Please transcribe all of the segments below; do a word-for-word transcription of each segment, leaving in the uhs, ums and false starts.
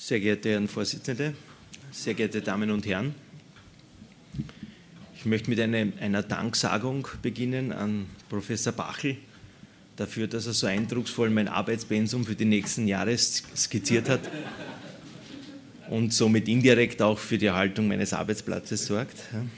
Sehr geehrte Herren Vorsitzende, sehr geehrte Damen und Herren, ich möchte mit einer, einer Danksagung beginnen an Professor Bachl dafür, dass er so eindrucksvoll mein Arbeitspensum für die nächsten Jahre skizziert hat und somit indirekt auch für die Erhaltung meines Arbeitsplatzes sorgt.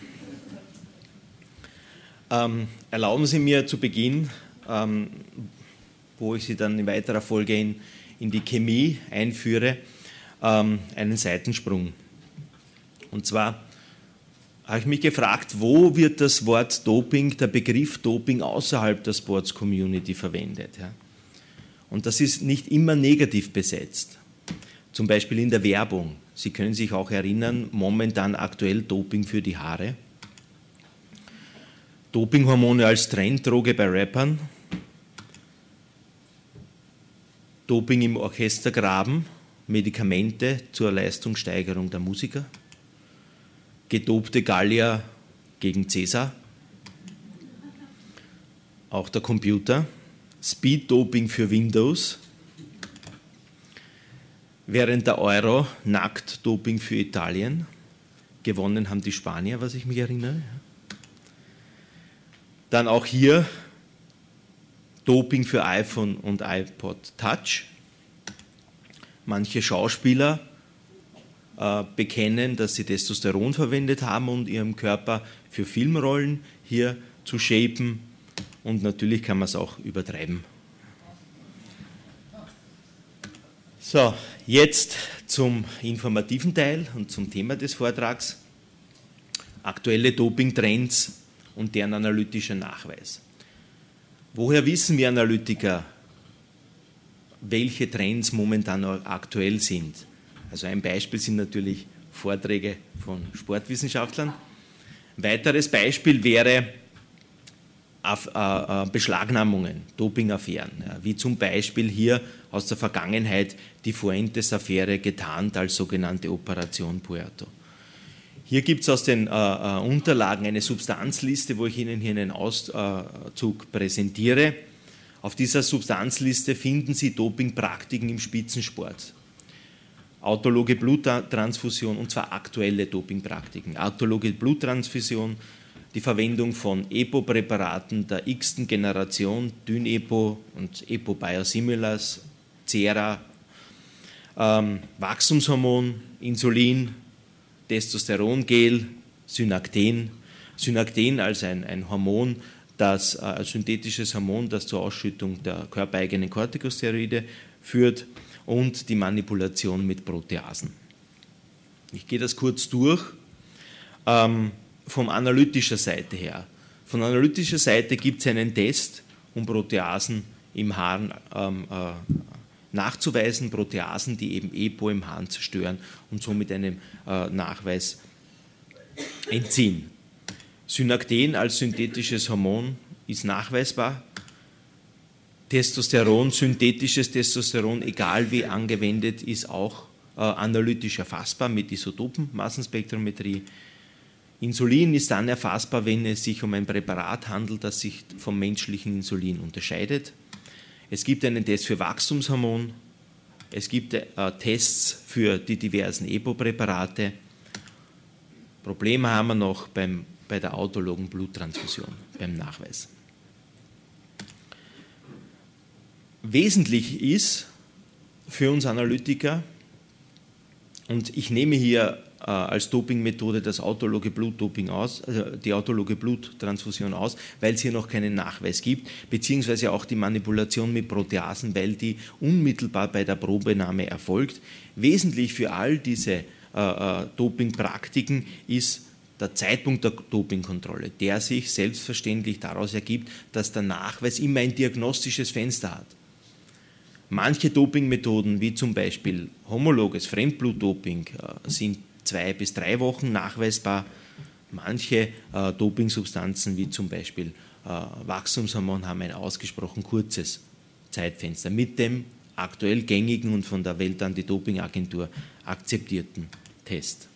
Ähm, erlauben Sie mir zu Beginn, ähm, wo ich Sie dann in weiterer Folge in, in die Chemie einführe, ähm, einen Seitensprung. Und zwar habe ich mich gefragt, wo wird das Wort Doping, der Begriff Doping außerhalb der Sports-Community verwendet? Ja? Und das ist nicht immer negativ besetzt. Zum Beispiel in der Werbung. Sie können sich auch erinnern, momentan aktuell Doping für die Haare. Dopinghormone als Trenddroge bei Rappern. Doping im Orchestergraben, Medikamente zur Leistungssteigerung der Musiker. Gedopte Gallier gegen Cäsar. Auch der Computer. Speed-Doping für Windows. Während der Euro Nackt-Doping für Italien. Gewonnen haben die Spanier, was ich mich erinnere. Dann auch hier Doping für iPhone und iPod Touch. Manche Schauspieler äh, bekennen, dass sie Testosteron verwendet haben, um ihren Körper für Filmrollen hier zu shapen. Und natürlich kann man es auch übertreiben. So, jetzt zum informativen Teil und zum Thema des Vortrags. Aktuelle Dopingtrends und deren analytischer Nachweis. Woher wissen wir Analytiker, welche Trends momentan aktuell sind? Also ein Beispiel sind natürlich Vorträge von Sportwissenschaftlern. Ein weiteres Beispiel wäre Beschlagnahmungen, Dopingaffären, wie zum Beispiel hier aus der Vergangenheit die Fuentes-Affäre getarnt als sogenannte Operation Puerto. Hier gibt es aus den äh, Unterlagen eine Substanzliste, wo ich Ihnen hier einen Auszug präsentiere. Auf dieser Substanzliste finden Sie Dopingpraktiken im Spitzensport. Autologe Bluttransfusion, und zwar aktuelle Dopingpraktiken. Autologe Bluttransfusion, die Verwendung von EPO-Präparaten der x-ten Generation, Dyn-EPO und EPO-Biosimilars, Cera, ähm, Wachstumshormon, Insulin, Testosterongel, Synakten. Synakten als ein, ein Hormon, das, äh, ein synthetisches Hormon, das zur Ausschüttung der körpereigenen Corticosteroide führt, und die Manipulation mit Proteasen. Ich gehe das kurz durch. Ähm, von analytischer Seite her. Von analytischer Seite gibt es einen Test, um Proteasen im Harn ähm, äh, nachzuweisen, Proteasen, die eben EPO im Harn zerstören und somit einem äh, Nachweis entziehen. Synakten als synthetisches Hormon ist nachweisbar. Testosteron, synthetisches Testosteron, egal wie angewendet, ist auch äh, analytisch erfassbar mit Isotopen, Massenspektrometrie. Insulin ist dann erfassbar, wenn es sich um ein Präparat handelt, das sich vom menschlichen Insulin unterscheidet. Es gibt einen Test für Wachstumshormon, es gibt äh, Tests für die diversen EPO-Präparate. Probleme haben wir noch beim, bei der autologen Bluttransfusion, beim Nachweis. Wesentlich ist für uns Analytiker, und ich nehme hier äh, als Dopingmethode das autologe Blutdoping aus, also die autologe Bluttransfusion aus, weil es hier noch keinen Nachweis gibt, beziehungsweise auch die Manipulation mit Proteasen, weil die unmittelbar bei der Probenahme erfolgt. Wesentlich für all diese äh, äh, Dopingpraktiken ist der Zeitpunkt der Dopingkontrolle, der sich selbstverständlich daraus ergibt, dass der Nachweis immer ein diagnostisches Fenster hat. Manche Dopingmethoden, wie zum Beispiel homologes Fremdblutdoping, sind zwei bis drei Wochen nachweisbar. Manche äh, Dopingsubstanzen, wie zum Beispiel äh, Wachstumshormon, haben ein ausgesprochen kurzes Zeitfenster mit dem aktuell gängigen und von der Weltantidopingagentur akzeptierten Test.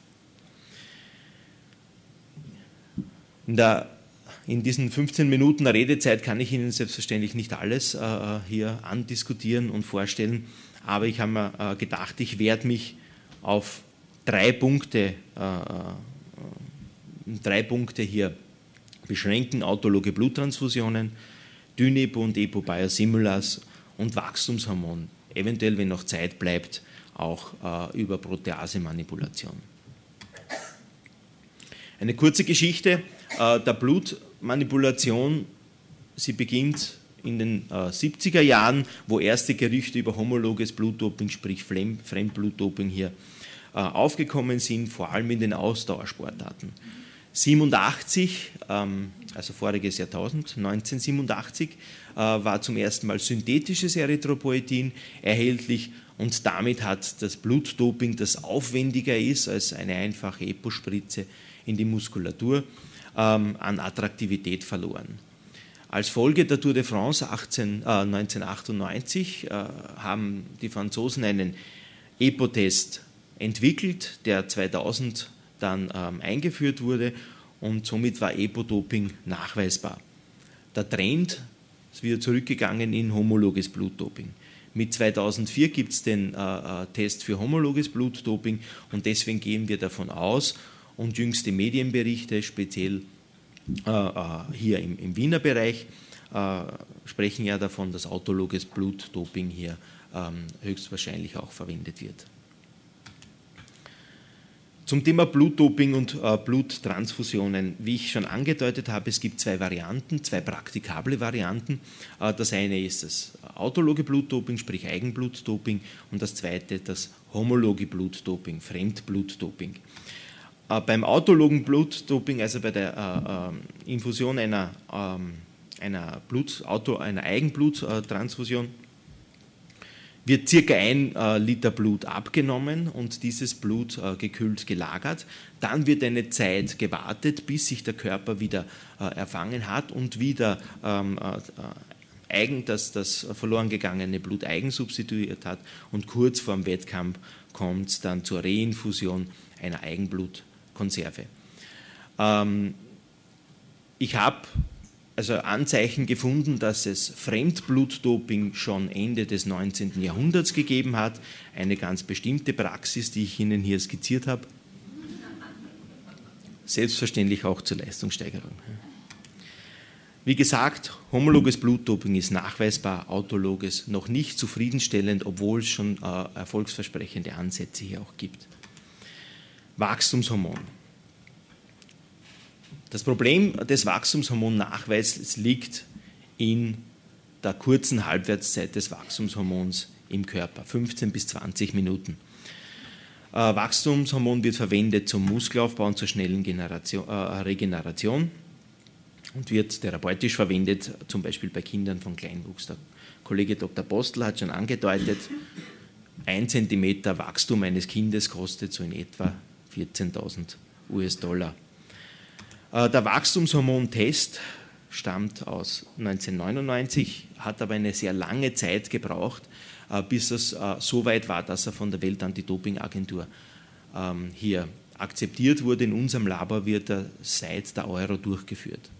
In der In diesen fünfzehn Minuten Redezeit kann ich Ihnen selbstverständlich nicht alles äh, hier andiskutieren und vorstellen, aber ich habe mir äh, gedacht, ich werde mich auf drei Punkte, äh, drei Punkte hier beschränken: autologe Bluttransfusionen, Dyn-Epo und Epo-Biosimilars und Wachstumshormon, eventuell, wenn noch Zeit bleibt, auch äh, über Protease-Manipulation. Eine kurze Geschichte äh, der Blutmanipulation. Sie beginnt in den äh, siebziger Jahren, wo erste Gerüchte über homologes Blutdoping, sprich Fremdblutdoping hier äh, aufgekommen sind, vor allem in den Ausdauersportarten. siebenundachtzig, ähm, also voriges Jahrtausend, neunzehnhundertsiebenundachtzig, äh, war zum ersten Mal synthetisches Erythropoietin erhältlich und damit hat das Blutdoping, das aufwendiger ist als eine einfache Epo-Spritze in die Muskulatur, ähm, an Attraktivität verloren. Als Folge der Tour de France achtzehn, äh, neunzehnhundertachtundneunzig äh, haben die Franzosen einen Epo-Test entwickelt, der zweitausend dann ähm, eingeführt wurde und somit war Epo-Doping nachweisbar. Der Trend ist wieder zurückgegangen in homologes Blutdoping. Mit zweitausendvier gibt es den äh, Test für homologes Blutdoping und deswegen gehen wir davon aus, und jüngste Medienberichte, speziell äh, hier im, im Wiener Bereich, äh, sprechen ja davon, dass autologes Blutdoping hier ähm, höchstwahrscheinlich auch verwendet wird. Zum Thema Blutdoping und äh, Bluttransfusionen. Wie ich schon angedeutet habe, es gibt zwei Varianten, zwei praktikable Varianten. Äh, das eine ist das autologe Blutdoping, sprich Eigenblutdoping, und das zweite das homologe Blutdoping, Fremdblutdoping. Äh, beim autologen Blutdoping, also bei der äh, äh, Infusion einer, äh, einer, Blut, Auto, einer Eigenbluttransfusion, wird circa ein äh, Liter Blut abgenommen und dieses Blut äh, gekühlt gelagert. Dann wird eine Zeit gewartet, bis sich der Körper wieder äh, erfangen hat und wieder ähm, äh, eigen, das, das verloren gegangene Blut eigen substituiert hat, und kurz vor dem Wettkampf kommt es dann zur Reinfusion einer Eigenblutkonserve. Ähm, ich habe also Anzeichen gefunden, dass es Fremdblutdoping schon Ende des neunzehnten Jahrhunderts gegeben hat. Eine ganz bestimmte Praxis, die ich Ihnen hier skizziert habe. Selbstverständlich auch zur Leistungssteigerung. Wie gesagt, homologes Blutdoping ist nachweisbar, autologes noch nicht zufriedenstellend, obwohl es schon äh, erfolgsversprechende Ansätze hier auch gibt. Wachstumshormon. Das Problem des Wachstumshormonnachweises liegt in der kurzen Halbwertszeit des Wachstumshormons im Körper, fünfzehn bis zwanzig Minuten. Äh, Wachstumshormon wird verwendet zum Muskelaufbau und zur schnellen Generation, äh, Regeneration und wird therapeutisch verwendet, zum Beispiel bei Kindern von Kleinwuchs. Der Kollege Doktor Postel hat schon angedeutet, ein Zentimeter Wachstum eines Kindes kostet so in etwa vierzehntausend US-Dollar. Der Wachstumshormontest stammt aus neunzehnhundertneunundneunzig, hat aber eine sehr lange Zeit gebraucht, bis es so weit war, dass er von der Welt-Anti-Doping-Agentur hier akzeptiert wurde. In unserem Labor wird er seit der Euro durchgeführt.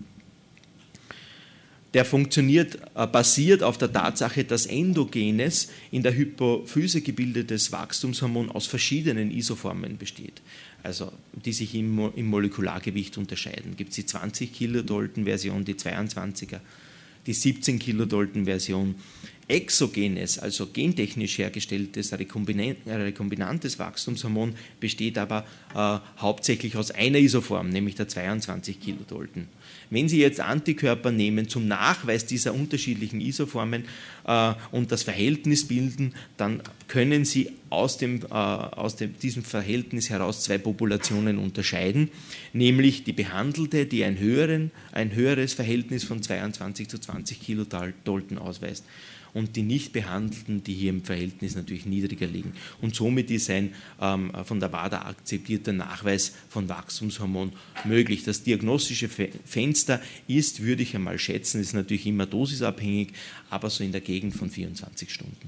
Der funktioniert, basiert auf der Tatsache, dass endogenes, in der Hypophyse gebildetes Wachstumshormon aus verschiedenen Isoformen besteht, also die sich im, im Molekulargewicht unterscheiden. Gibt es die zwanzig Kilodalton-Version, die zweiundzwanziger, die siebzehn Kilodalton-Version. Exogenes, also gentechnisch hergestelltes rekombinantes Wachstumshormon, besteht aber äh, hauptsächlich aus einer Isoform, nämlich der zweiundzwanzig Kilodalton. Wenn Sie jetzt Antikörper nehmen zum Nachweis dieser unterschiedlichen Isoformen äh, und das Verhältnis bilden, dann können Sie aus, dem, äh, aus dem, diesem Verhältnis heraus zwei Populationen unterscheiden, nämlich die behandelte, die ein, höheren, ein höheres Verhältnis von zweiundzwanzig zu zwanzig Kilodalton ausweist, und die nicht behandelten, die hier im Verhältnis natürlich niedriger liegen. Und somit ist ein ähm, von der WADA akzeptierter Nachweis von Wachstumshormon möglich. Das diagnostische Fenster ist, würde ich einmal schätzen, ist natürlich immer dosisabhängig, aber so in der Gegend von vierundzwanzig Stunden.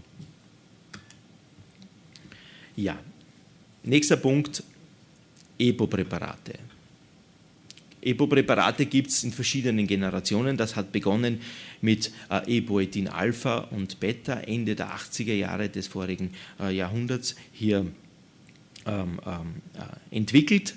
Ja, nächster Punkt, Epo-Präparate. Epo-Präparate gibt es in verschiedenen Generationen. Das hat begonnen mit äh, Epoetin Alpha und Beta Ende der achtziger Jahre des vorigen äh, Jahrhunderts. Hier ähm, äh, entwickelt,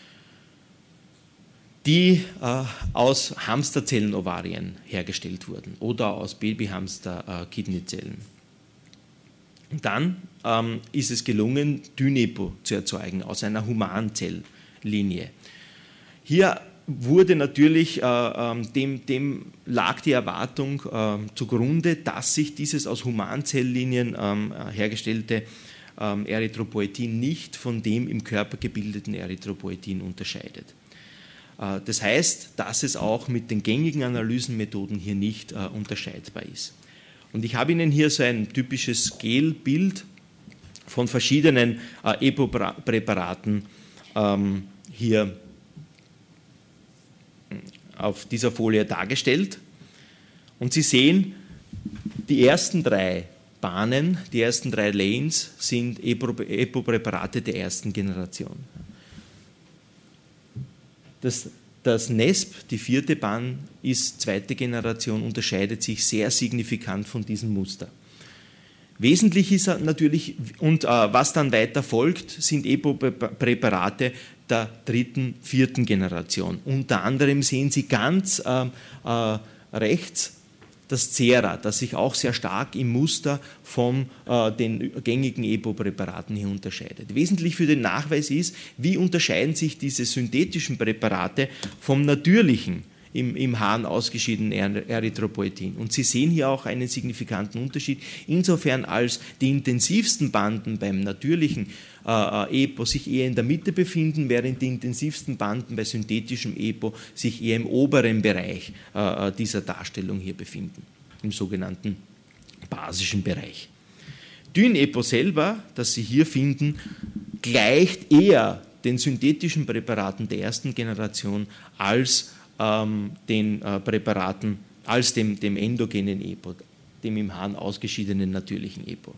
die äh, aus Hamsterzellen-Ovarien hergestellt wurden oder aus Babyhamster-Kidneyzellen. Und dann ähm, ist es gelungen, Dyn-Epo zu erzeugen aus einer Humanzelllinie. Hier wurde natürlich, äh, dem, dem lag die Erwartung äh, zugrunde, dass sich dieses aus Humanzelllinien äh, hergestellte äh, Erythropoetin nicht von dem im Körper gebildeten Erythropoetin unterscheidet. Äh, das heißt, dass es auch mit den gängigen Analysenmethoden hier nicht äh, unterscheidbar ist. Und ich habe Ihnen hier so ein typisches Gelbild von verschiedenen äh, Epo-Präparaten ähm, hier auf dieser Folie dargestellt. Und Sie sehen, die ersten drei Bahnen, die ersten drei Lanes sind Epo-Präparate der ersten Generation. Das, das N E S P, die vierte Bahn, ist zweite Generation, unterscheidet sich sehr signifikant von diesem Muster. Wesentlich ist natürlich, und äh, was dann weiter folgt, sind Epo-Präparate der dritten, vierten Generation. Unter anderem sehen Sie ganz äh, äh, rechts das Cera, das sich auch sehr stark im Muster von äh, den gängigen Epo-Präparaten hier unterscheidet. Wesentlich für den Nachweis ist, wie unterscheiden sich diese synthetischen Präparate vom natürlichen, im, im Harn ausgeschiedenen Erythropoetin. Und Sie sehen hier auch einen signifikanten Unterschied, insofern als die intensivsten Banden beim natürlichen äh, Epo sich eher in der Mitte befinden, während die intensivsten Banden bei synthetischem Epo sich eher im oberen Bereich äh, dieser Darstellung hier befinden, im sogenannten basischen Bereich. Dyn-Epo selber, das Sie hier finden, gleicht eher den synthetischen Präparaten der ersten Generation als den äh, Präparaten als dem, dem endogenen Epo, dem im Harn ausgeschiedenen natürlichen Epo.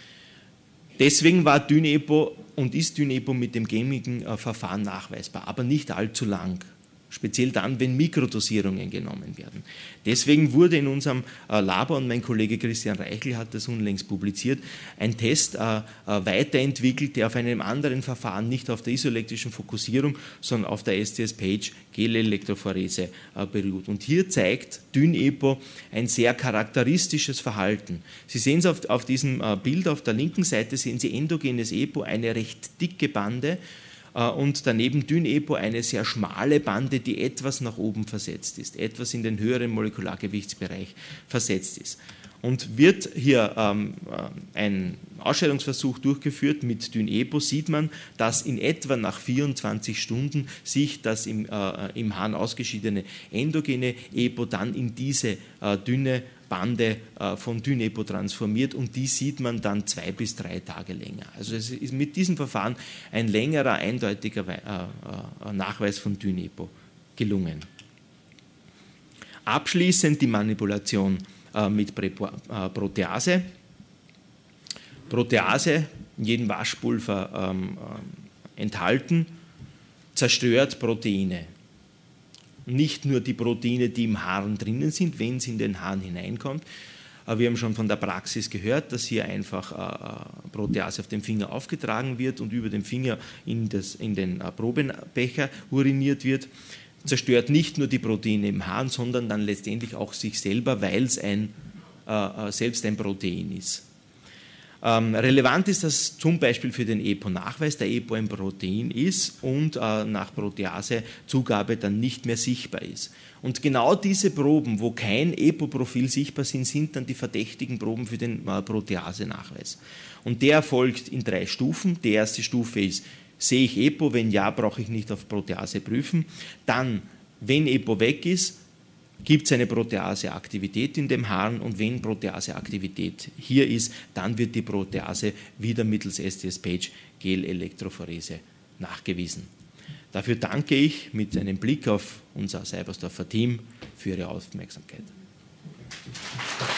Deswegen war Dyn-Epo und ist Dyn-Epo mit dem gängigen äh, Verfahren nachweisbar, aber nicht allzu lang. Speziell dann, wenn Mikrodosierungen genommen werden. Deswegen wurde in unserem äh, Labor, und mein Kollege Christian Reichel hat das unlängst publiziert, ein Test äh, äh, weiterentwickelt, der auf einem anderen Verfahren, nicht auf der isoelektrischen Fokussierung, sondern auf der S T S-Page-Gel-Elektrophorese äh, beruht. Und hier zeigt Dyn-Epo ein sehr charakteristisches Verhalten. Sie sehen es auf, auf diesem äh, Bild auf der linken Seite, sehen Sie endogenes Epo, eine recht dicke Bande, und daneben Dyn-Epo eine sehr schmale Bande, die etwas nach oben versetzt ist, etwas in den höheren Molekulargewichtsbereich versetzt ist. Und wird hier ähm, ein Ausscheidungsversuch durchgeführt mit Dyn-Epo, sieht man, dass in etwa nach vierundzwanzig Stunden sich das im, äh, im Harn ausgeschiedene endogene Epo dann in diese äh, dünne Bande äh, von Dyn-Epo transformiert, und die sieht man dann zwei bis drei Tage länger. Also es ist mit diesem Verfahren ein längerer, eindeutiger äh, äh, Nachweis von Dyn-Epo gelungen. Abschließend die Manipulation äh, mit Präpo äh, Protease. Protease, in jedem Waschpulver ähm, äh, enthalten, zerstört Proteine. Nicht nur die Proteine, die im Harn drinnen sind, wenn es in den Harn hineinkommt. Wir haben schon von der Praxis gehört, dass hier einfach äh, Protease auf dem Finger aufgetragen wird und über den Finger in, das, in den äh, Probenbecher uriniert wird. Zerstört nicht nur die Proteine im Harn, sondern dann letztendlich auch sich selber, weil es ein, äh, selbst ein Protein ist. Ähm, relevant ist das zum Beispiel für den Epo-Nachweis, der Epo ein Protein ist und äh, nach Proteasezugabe dann nicht mehr sichtbar ist. Und genau diese Proben, wo kein Epo-Profil sichtbar sind, sind dann die verdächtigen Proben für den äh, Protease-Nachweis. Und der erfolgt in drei Stufen. Die erste Stufe ist, sehe ich Epo? Wenn ja, brauche ich nicht auf Protease prüfen. Dann, wenn Epo weg ist, gibt es eine Proteaseaktivität in dem Harn, und wenn Proteaseaktivität hier ist, dann wird die Protease wieder mittels S T S-Page-Gel-Elektrophorese nachgewiesen. Dafür danke ich mit einem Blick auf unser Seibersdorfer Team für Ihre Aufmerksamkeit.